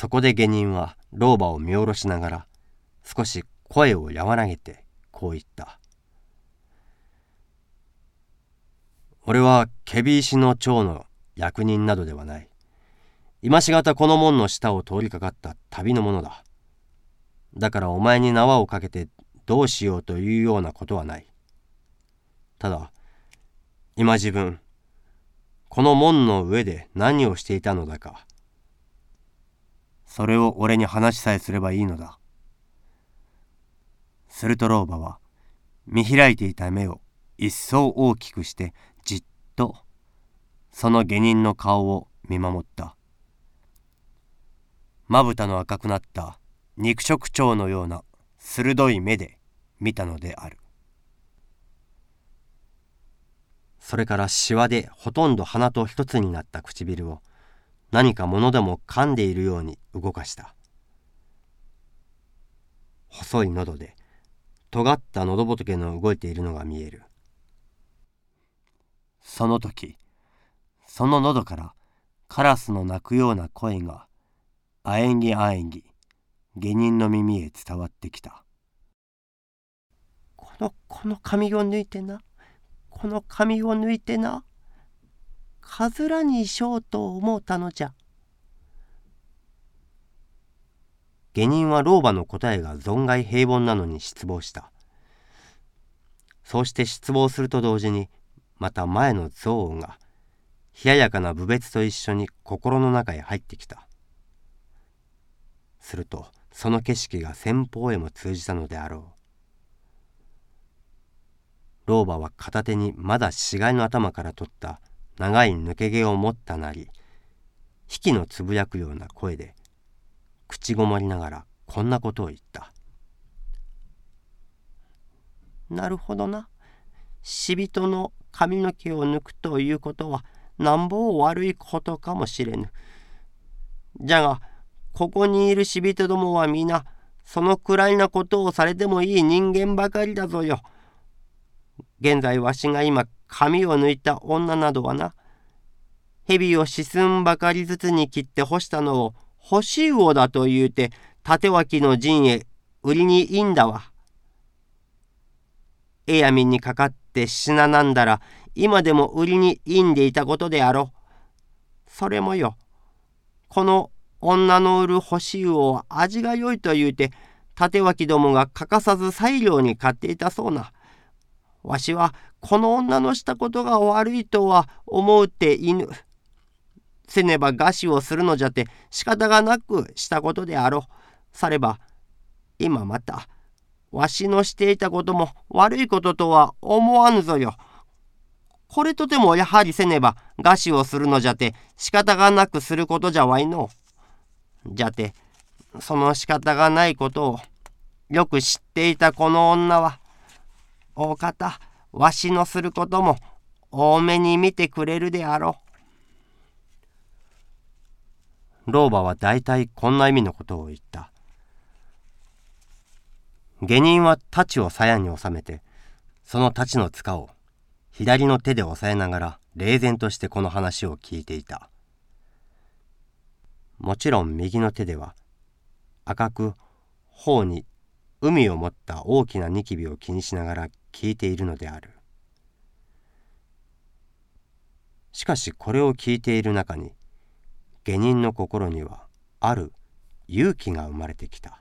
そこで下人は老婆を見下ろしながら少し声を和らげてこう言った。俺は検非石の長の役人などではない。今しがたこの門の下を通りかかった旅の者だ。だからお前に縄をかけてどうしようというようなことはない。ただ今自分この門の上で何をしていたのだか、それを俺に話しさえすればいいのだ。すると老婆は見開いていた目を一層大きくしてじっとその下人の顔を見守った。まぶたの赤くなった肉食鳥のような鋭い目で見たのである。それからしわでほとんど鼻と一つになった唇を何か物でも噛んでいるように動かした。細い喉で尖った喉仏の動いているのが見える。その時その喉からカラスの鳴くような声があえぎあえぎ下人の耳へ伝わってきた。 この髪を抜いてな、この髪を抜いてな、かずらにしようと思うたのじゃ。 下人は老婆の答えが存外平凡なのに失望した。そうして失望すると同時にまた前の憎悪が冷ややかな侮蔑と一緒に心の中へ入ってきた。するとその景色が先方へも通じたのであろう。老婆は片手にまだ死骸の頭から取った長い抜け毛を持ったなり、引きのつぶやくような声で口ごもりながらこんなことを言った。 なるほどな。死人の髪の毛を抜くということはなんぼ悪いことかもしれぬ。じゃがここにいる死人どもは皆そのくらいなことをされてもいい人間ばかりだぞよ。現在わしが今髪を抜いた女などはな、蛇を四寸ばかりずつに切って干したのを干し魚だと言うて立脇の陣へ売りにいいんだわ。えやみんにかかって死ななんだら今でも売りにいんでいたことであろう。それもよ、この女の売る干し魚は味が良いと言うて立脇どもが欠かさず裁量に買っていたそうな。わしはこの女のしたことが悪いとは思うていぬ。せねば餓死をするのじゃって仕方がなくしたことであろう。されば今またわしのしていたことも悪いこととは思わぬぞよ。これとてもやはりせねば餓死をするのじゃて仕方がなくすることじゃわいの。じゃてその仕方がないことをよく知っていたこの女は大方わしのすることも多めに見てくれるであろう。老婆はだいたいこんな意味のことを言った。下人は太刀を鞘に収めてその太刀の柄を左の手で押さえながら冷然としてこの話を聞いていた。もちろん右の手では赤く頬に海を持った大きなニキビを気にしながら聞いているのである。しかしこれを聞いている中に下人の心にはある勇気が生まれてきた。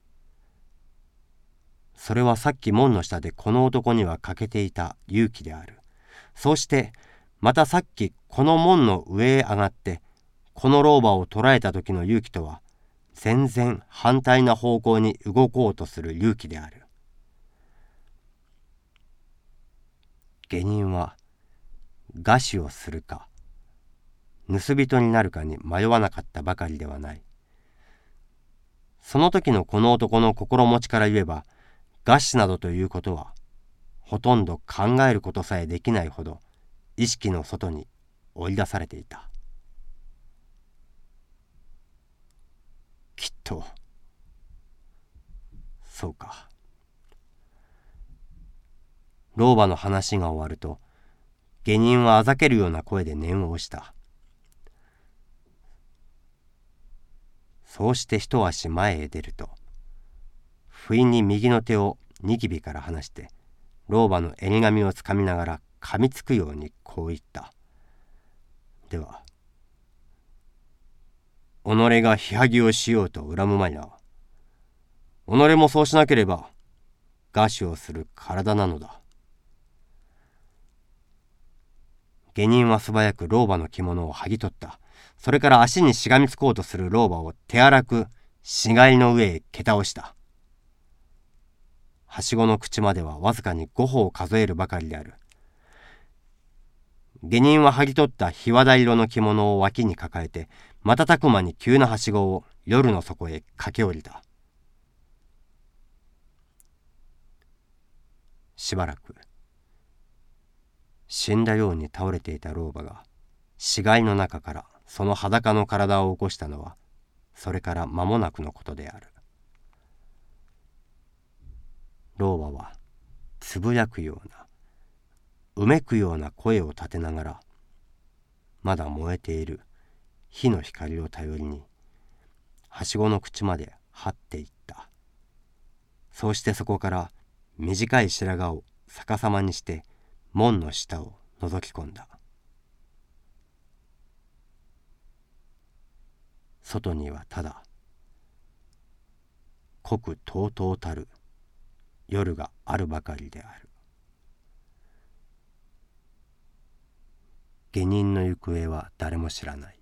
それはさっき門の下でこの男には欠けていた勇気である。そうしてまたさっきこの門の上へ上がってこの老婆を捕らえた時の勇気とは全然反対な方向に動こうとする勇気である。下人は餓死をするか盗人になるかに迷わなかったばかりではない。その時のこの男の心持ちから言えば餓死などということはほとんど考えることさえできないほど意識の外に追い出されていた。きっとそうか。老婆の話が終わると下人はあざけるような声で念を押した。 そうして一足前へ出ると、不意に右の手をニキビから離して、老婆の襟髪をつかみながら噛みつくようにこう言った。では、己がひはぎをしようと恨むまいな。己もそうしなければ、餓死をする体なのだ。下人は素早く老婆の着物を剥ぎ取った。それから足にしがみつこうとする老婆を手荒く死骸の上へ蹴倒した。はしごの口まではわずかに5歩を数えるばかりである。下人は剥ぎ取った檜皮色の着物を脇に抱えて、瞬く間に急なはしごを夜の底へ駆け下りた。しばらく死んだように倒れていた老婆が死骸の中からその裸の体を起こしたのは、それから間もなくのことである。老婆はつぶやくような、うめくような声を立てながら、まだ燃えている火の光を頼りにはしごの口まで這っていった。そうしてそこから短い白髪を逆さまにして門の下を覗き込んだ。外にはただ濃くとうとうたる夜があるばかりである。下人の行方は誰も知らない。